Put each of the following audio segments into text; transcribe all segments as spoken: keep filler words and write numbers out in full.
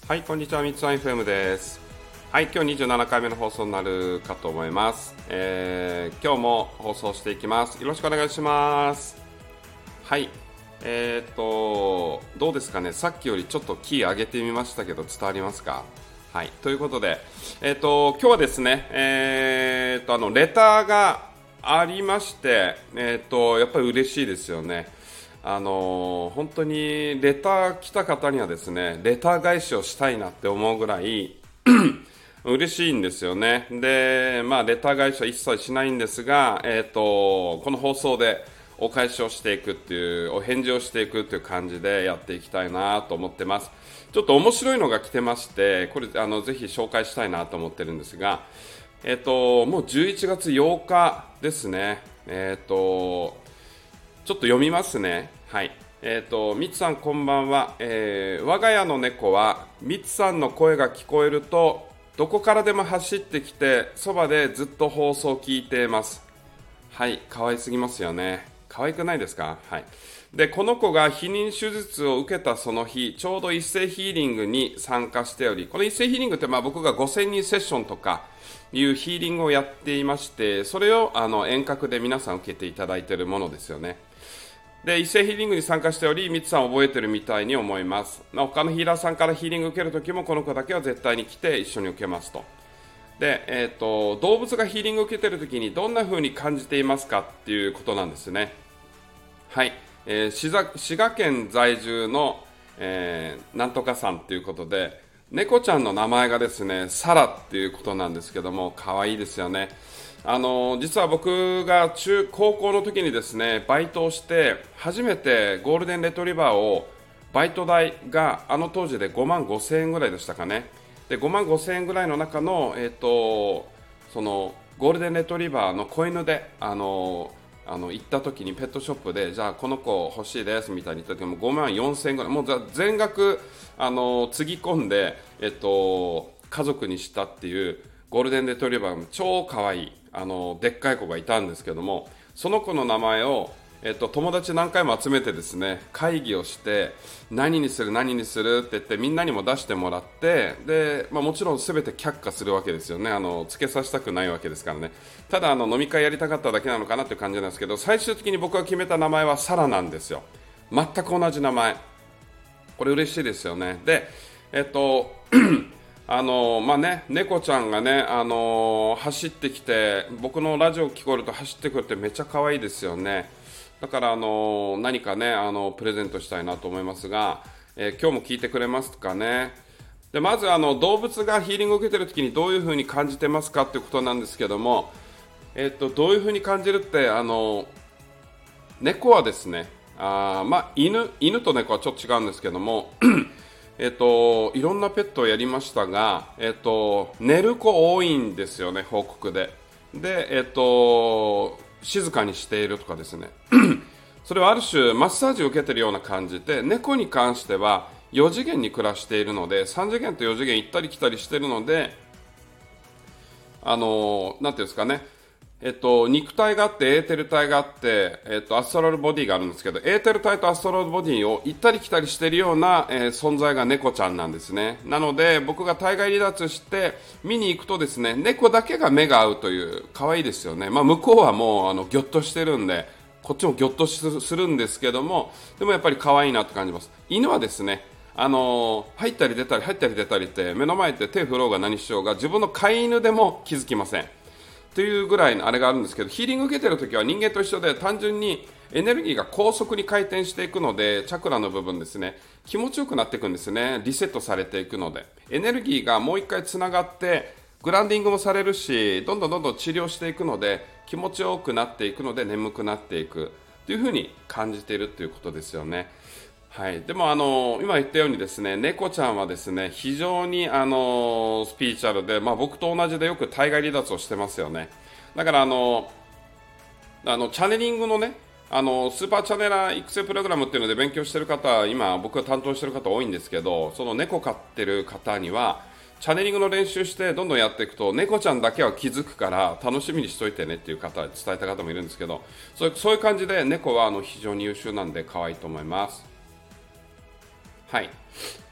はい、こんにちは、みつさん エフエム です。はい、今日にじゅうななかいめの放送になるかと思います。えー、今日も放送していきます。よろしくお願いします。はい、えーと、どうですかね、さっきよりちょっとキー上げてみましたけど、伝わりますか？はい、ということで、えーと、今日はですね、えーと、あの、レターがありまして、えーと、やっぱり嬉しいですよね。あの本当にレター来た方にはですね、レター返しをしたいなって思うぐらい嬉しいんですよね。で、まあ、レター返しは一切しないんですが、えっと、この放送でお返しをしていくっていう、お返事をしていくっていう感じでやっていきたいなと思ってます。ちょっと面白いのが来てまして、これ、あの、ぜひ紹介したいなと思ってるんですが、えっと、もうじゅういちがつようかですね。えっと、ちょっと読みますね。はい。えっ、ー、と、みつさんこんばんは、えー。我が家の猫は、みつさんの声が聞こえると、どこからでも走ってきて、そばでずっと放送を聞いています。はい、可愛すぎますよね。可愛くないですか？はい。で、この子が避妊手術を受けたその日、ちょうど一斉ヒーリングに参加しており、この一斉ヒーリングってまあ僕がごせんにんセッションとかいうヒーリングをやっていまして、それをあの遠隔で皆さん受けていただいているものですよね。で、一斉ヒーリングに参加しており、ミツさん覚えてるみたいに思います。まあ、他のヒーラーさんからヒーリング受けるときも、この子だけは絶対に来て一緒に受けますと。で、えっと、動物がヒーリングを受けているときにどんな風に感じていますかっていうことなんですね。はい。えー、滋賀滋賀県在住の、えー、なんとかさんということで、猫ちゃんの名前がですね、サラっていうことなんですけども、可愛いですよね。あの実は僕が中高校の時にですねバイトをして初めてゴールデンレトリバーをバイト代があの当時でごまんごせんえんぐらいでしたかね。でごまんごせんえんぐらいの中の、えー、とそのゴールデンレトリバーの子犬であのあの行った時にペットショップでじゃあこの子欲しいですみたいに言った時もごまんよんせんえんぐらいもう全額あのつぎ込んで、えっと、家族にしたっていうゴールデンレトリバーの超可愛いあのでっかい子がいたんですけども、その子の名前を、えっと、友達何回も集めてですね会議をして何にする何にするって言ってみんなにも出してもらってで、まあ、もちろん全て却下するわけですよね。あのつけさせたくないわけですからね。ただあの飲み会やりたかっただけなのかなっていう感じなんですけど、最終的に僕が決めた名前はサラなんですよ。全く同じ名前。これ嬉しいですよね。でえっとあのまあね、猫ちゃんがね、あの走ってきて僕のラジオ聞こえると走ってくるってめっちゃ可愛いですよね。だから、あの何かねあのプレゼントしたいなと思いますが、えー今日も聞いてくれますかね。でまずあの動物がヒーリングを受けている時にどういう風に感じてますかっていうことなんですけども、えっとどういう風に感じるってあの猫はですね、あまあ、犬犬と猫はちょっと違うんですけどもえっと、いろんなペットをやりましたが、えっと、寝る子多いんですよね、報告で。で、えっと、静かにしているとかですね。それはある種マッサージを受けているような感じで、猫に関してはよ次元に暮らしているので、さん次元とよ次元行ったり来たりしているので、あの、なんていうんですかね、えっと、肉体があって、エーテル体があって、えっと、アストラルボディがあるんですけど、エーテル体とアストラルボディを行ったり来たりしているような、えー存在が猫ちゃんなんですね。なので、僕が体外離脱して見に行くとですね、猫だけが目が合うという、可愛いですよね。まあ、向こうはもう、あの、ぎょっとしてるんで、こっちもぎょっとするんですけども、でもやっぱり可愛いなって感じます。犬はですね、あのー入ったり出たり入ったり出たりって目の前で手振ろうが何しようが自分の飼い犬でも気づきません。というぐらいのあれがあるんですけど、ヒーリング受けてるときは人間と一緒で単純にエネルギーが高速に回転していくので、チャクラの部分ですね、気持ちよくなっていくんですね。リセットされていくので、エネルギーがもう一回つながってグランディングもされるし、どんどんどんどん治療していくので気持ちよくなっていくので眠くなっていくというふうに感じているということですよね。はい、でもあの今言ったようにですね、猫ちゃんはですね非常にあのスピリチュアルで、まあ、僕と同じでよく体外離脱をしてますよね。だからあのあのチャネリングのね、あのスーパーチャネラー育成プログラムっていうので勉強してる方、今僕が担当してる方多いんですけど、その猫飼ってる方にはチャネリングの練習してどんどんやっていくと猫ちゃんだけは気づくから楽しみにしといてねっていう方、伝えた方もいるんですけど、そういうそういう感じで猫はあの非常に優秀なんで可愛いと思います。はい。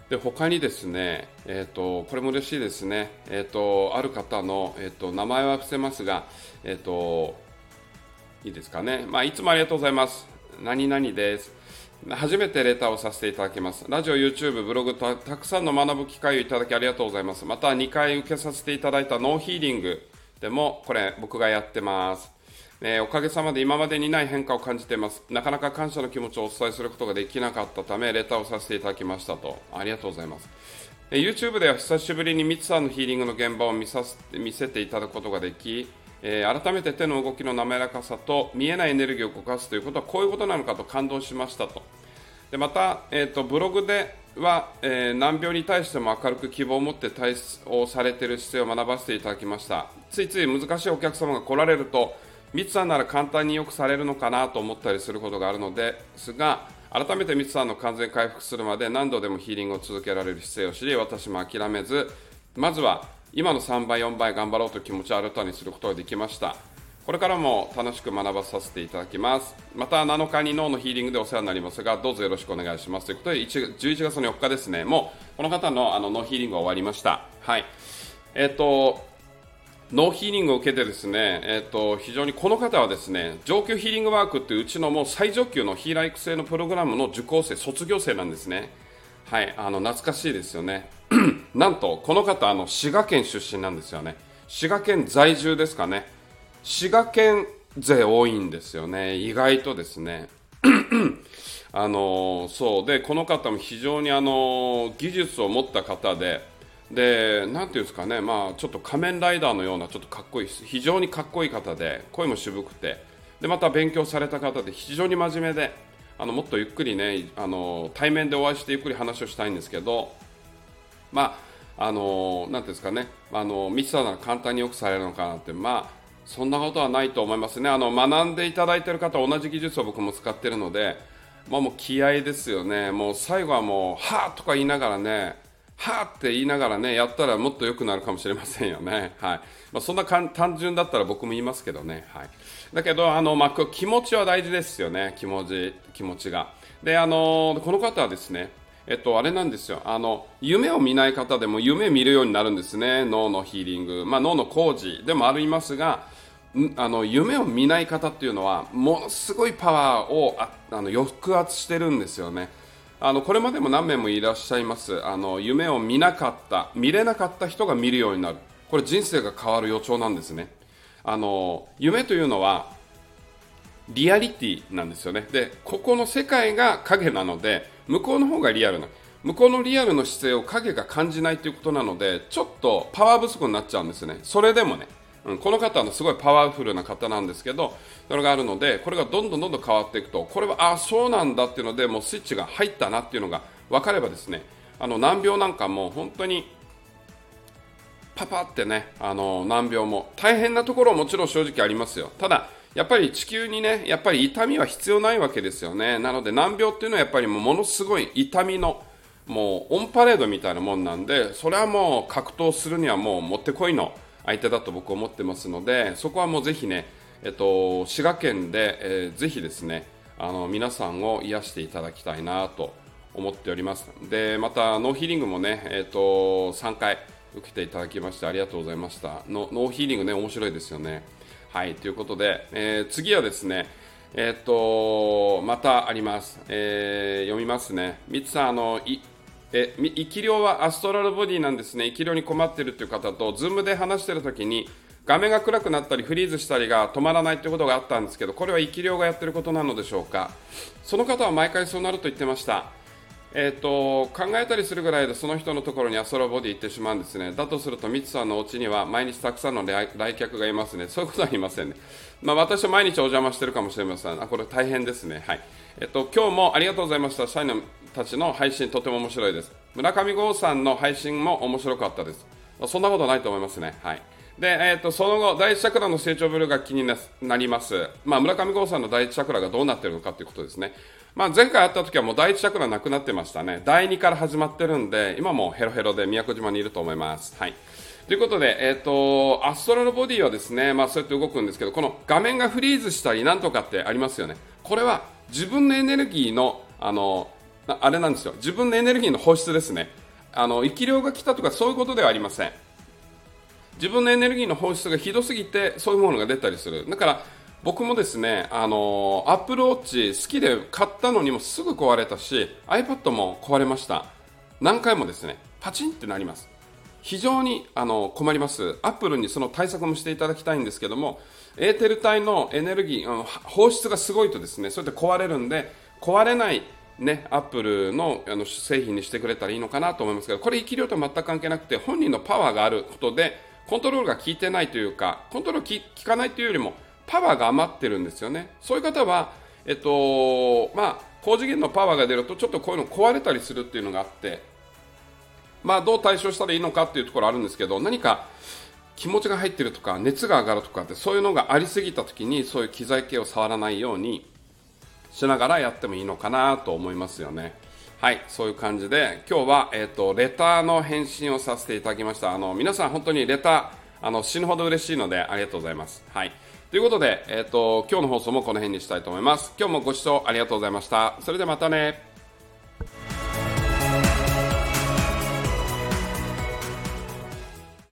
で他にですね、えーと、これも嬉しいですね、えーと、ある方の、えーと、名前は伏せますが、えーと、いいですかね、まあ、いつもありがとうございます。何々です。初めてレターをさせていただきます。ラジオ、YouTube、ブログとたくさんの学ぶ機会をいただきありがとうございます。またにかい受けさせていただいたノーヒーリングでもこれ僕がやってます。えー、おかげさまで今までにない変化を感じています。なかなか感謝の気持ちをお伝えすることができなかったためレターをさせていただきましたと。ありがとうございます。えー、YouTube では久しぶりにミツさんのヒーリングの現場を見させ見せていただくことができ、えー、改めて手の動きの滑らかさと見えないエネルギーを動かすということはこういうことなのかと感動しましたと。でまた、えーと、ブログでは、えー、難病に対しても明るく希望を持って対応されている姿勢を学ばせていただきました。ついつい難しいお客様が来られるとミツさんなら簡単によくされるのかなと思ったりすることがあるのですが、改めてミツさんの完全回復するまで何度でもヒーリングを続けられる姿勢を知り、私も諦めず、まずは今のさんばいよんばい頑張ろうという気持ちを新たにすることができました。これからも楽しく学ばさせていただきます。またなのかに脳のヒーリングでお世話になりますが、どうぞよろしくお願いしますということで、じゅういちがつのよっかですね、もうこの方のあの脳ヒーリングが終わりました。はい。えっと脳ヒーリングを受けてですね、えー、と非常にこの方はですね、上級ヒーリングワークっていううちのもう最上級のヒーラー育成のプログラムの受講生、卒業生なんですね。はい、あの懐かしいですよね。なんとこの方あの滋賀県出身なんですよね。滋賀県在住ですかね。滋賀県勢多いんですよね、意外とですね。あのそうでこの方も非常にあの技術を持った方で。で、なんていうんですかね、まあ、ちょっと仮面ライダーのようなちょっとかっこいい、非常にかっこいい方で、声も渋くて、でまた勉強された方で、非常に真面目で、あのもっとゆっくりね、あの対面でお会いしてゆっくり話をしたいんですけど、まあ、あのなんていうんですかね、あのミツさんなら簡単によくされるのかなって、まあ、そんなことはないと思いますね。あの学んでいただいている方は同じ技術を僕も使っているので、まあ、もう気合ですよね。もう最後はもう、はぁとか言いながらね、はーって言いながらね、やったらもっと良くなるかもしれませんよね。はい。まあ、そんなかん単純だったら僕も言いますけどね。はい。だけど、あの、まあ、気持ちは大事ですよね。気持ち、気持ちが。で、あの、この方はですね、えっと、あれなんですよ。あの、夢を見ない方でも夢見るようになるんですね。脳のヒーリング。まあ、脳の工事でもありますが、あの夢を見ない方っていうのはものすごいパワーをああの抑圧してるんですよね。あのこれまでも何名もいらっしゃいます。あの夢を見なかった見れなかった人が見るようになる。これ人生が変わる予兆なんですね。あの夢というのはリアリティなんですよね。でここの世界が影なので向こうの方がリアルな、向こうのリアルの姿勢を影が感じないということなので、ちょっとパワー不足になっちゃうんですね。それでもね、うん、この方はすごいパワフルな方なんですけど、それがあるので、これがどんどんどんどん変わっていくと、これはあそうなんだっていうので、もうスイッチが入ったなっていうのが分かればですね、あの難病なんかも本当にパパってね、あの難病も大変なところはもちろん正直ありますよ。ただやっぱり地球にね、やっぱり痛みは必要ないわけですよね。なので難病っていうのはやっぱりもうものすごい痛みのもうオンパレードみたいなもんなんで、それはもう格闘するにはもうもってこいの相手だと僕は思ってますので、そこはもうぜひね、えっと、滋賀県で、えー、ぜひですね、あの皆さんを癒していただきたいなと思っております。でまたノーヒーリングもね、えっと、さんかい受けていただきましてありがとうございました。ノーヒーリングね、面白いですよね。はい、ということで、えー、次はですね、えー、っとまたあります、えー、読みますね。みつさん、あのいえ生き量はアストラルボディなんですね。生き量に困っているという方と Zoom で話しているときに画面が暗くなったりフリーズしたりが止まらないということがあったんですけど、これは生き量がやっていることなのでしょうか。その方は毎回そうなると言ってました。えー、と考えたりするぐらいでその人のところにアストラボディ行ってしまうんですね。だとするとミツさんのお家には毎日たくさんの来客がいますね。そういうことはありませんね。まあ、私は毎日お邪魔しているかもしれません。あ、これ大変ですね。はい。えっ、と今日もありがとうございました。社員たちの配信とても面白いです。村上剛さんの配信も面白かったです。そんなことないと思いますね。はい。で、えー、とその後第一チャクラの成長ぶりが気になります。まあ、村上剛さんの第一チャクラがどうなっているのかということですね。まあ、前回会った時はもう第一チャクラなくなってましたね。だいにから始まってるんで、今もヘロヘロで宮古島にいると思います。はい。ということで、えっ、ー、と、アストラルボディはですね、まあそうやって動くんですけど、この画面がフリーズしたりなんとかってありますよね。これは自分のエネルギーの、あの、 ああれなんですよ。自分のエネルギーの放出ですね。あの、生き量が来たとかそういうことではありません。自分のエネルギーの放出がひどすぎて、そういうものが出たりする。だから、僕もですね、あの、Apple Watch 好きで買ったのにもすぐ壊れたし、iPad も壊れました。何回もですね、パチンってなります。非常にあの困ります。アップルにその対策もしていただきたいんですけども、エーテル体のエネルギー、あの放出がすごいとですね、そうやって壊れるんで、壊れないね、アップルのあの製品にしてくれたらいいのかなと思いますけど、これ生き量と全く関係なくて、本人のパワーがあることで、コントロールが効いてないというか、コントロール効かないというよりも、パワーが余ってるんですよね。そういう方は、えっと、まあ、高次元のパワーが出ると、ちょっとこういうの壊れたりするっていうのがあって、まあ、どう対処したらいいのかっていうところあるんですけど、何か気持ちが入ってるとか熱が上がるとかって、そういうのがありすぎた時にそういう機材系を触らないようにしながらやってもいいのかなと思いますよね。はい、そういう感じで今日は、えーと、レターの返信をさせていただきました。あの皆さん本当にレターあの死ぬほど嬉しいのでありがとうございます。はい、ということで、えーと、今日の放送もこの辺にしたいと思います。今日もご視聴ありがとうございました。それではまたね。